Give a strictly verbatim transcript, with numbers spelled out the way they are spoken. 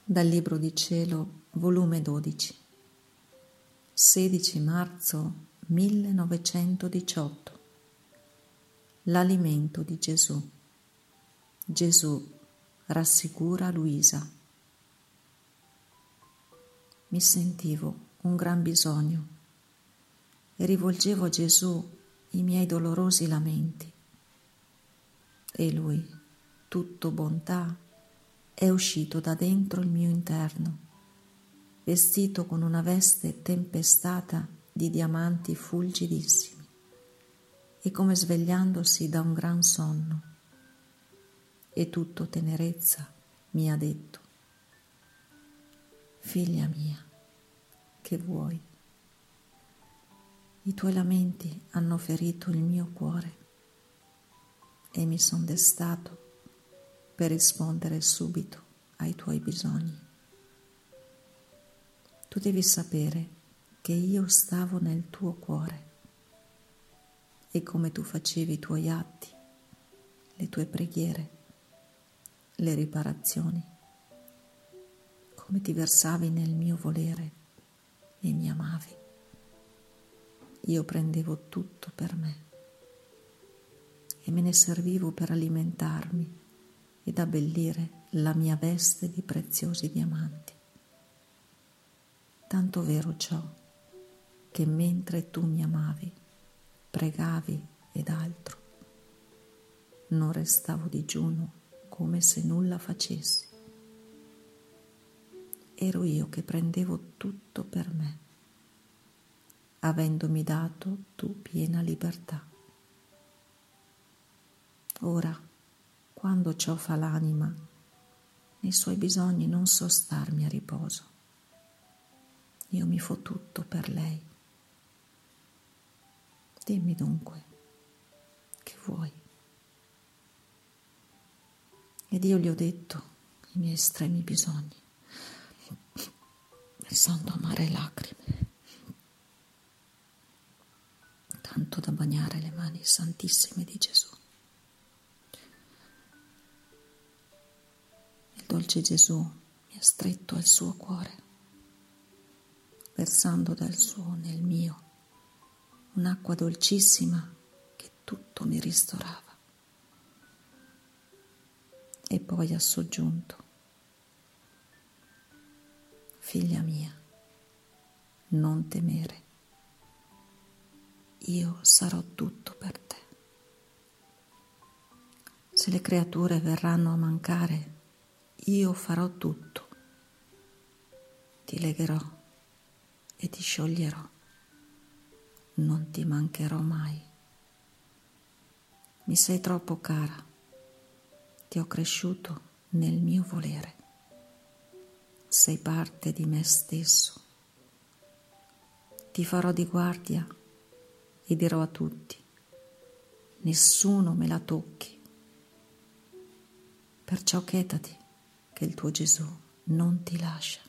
Dal Libro di Cielo, volume dodici, sedici marzo millenovecentodiciotto. L'alimento di Gesù. Gesù rassicura Luisa. Mi sentivo un gran bisogno e rivolgevo a Gesù i miei dolorosi lamenti. E Lui, tutto bontà, è uscito da dentro il mio interno, vestito con una veste tempestata di diamanti fulgidissimi, e come svegliandosi da un gran sonno, e tutto tenerezza mi ha detto: figlia mia, che vuoi? I tuoi lamenti hanno ferito il mio cuore e mi son destato per rispondere subito ai tuoi bisogni. Tu devi sapere che io stavo nel tuo cuore e come tu facevi i tuoi atti, le tue preghiere, le riparazioni, come ti versavi nel mio volere e mi amavi. Io prendevo tutto per me e me ne servivo per alimentarmi ed abbellire la mia veste di preziosi diamanti. Tanto vero ciò che mentre tu mi amavi, pregavi ed altro, non restavo digiuno come se nulla facessi. Ero io che prendevo tutto per me, avendomi dato tu piena libertà. Ora, quando ciò fa l'anima, nei suoi bisogni non so starmi a riposo. Io mi fo tutto per lei. Dimmi dunque, che vuoi? Ed io gli ho detto i miei estremi bisogni, versando amare lacrime, tanto da bagnare le mani santissime di Gesù. Il dolce Gesù mi ha stretto al suo cuore, versando dal suo nel mio un'acqua dolcissima che tutto mi ristorava. E poi ha soggiunto: figlia mia, non temere, io sarò tutto per te. Se le creature verranno a mancare, io farò tutto. Ti legherò e ti scioglierò. Non ti mancherò mai. Mi sei troppo cara. Ti ho cresciuto nel mio volere. Sei parte di me stesso. Ti farò di guardia e dirò a tutti: nessuno me la tocchi. Perciò chetati che il tuo Gesù non ti lascia.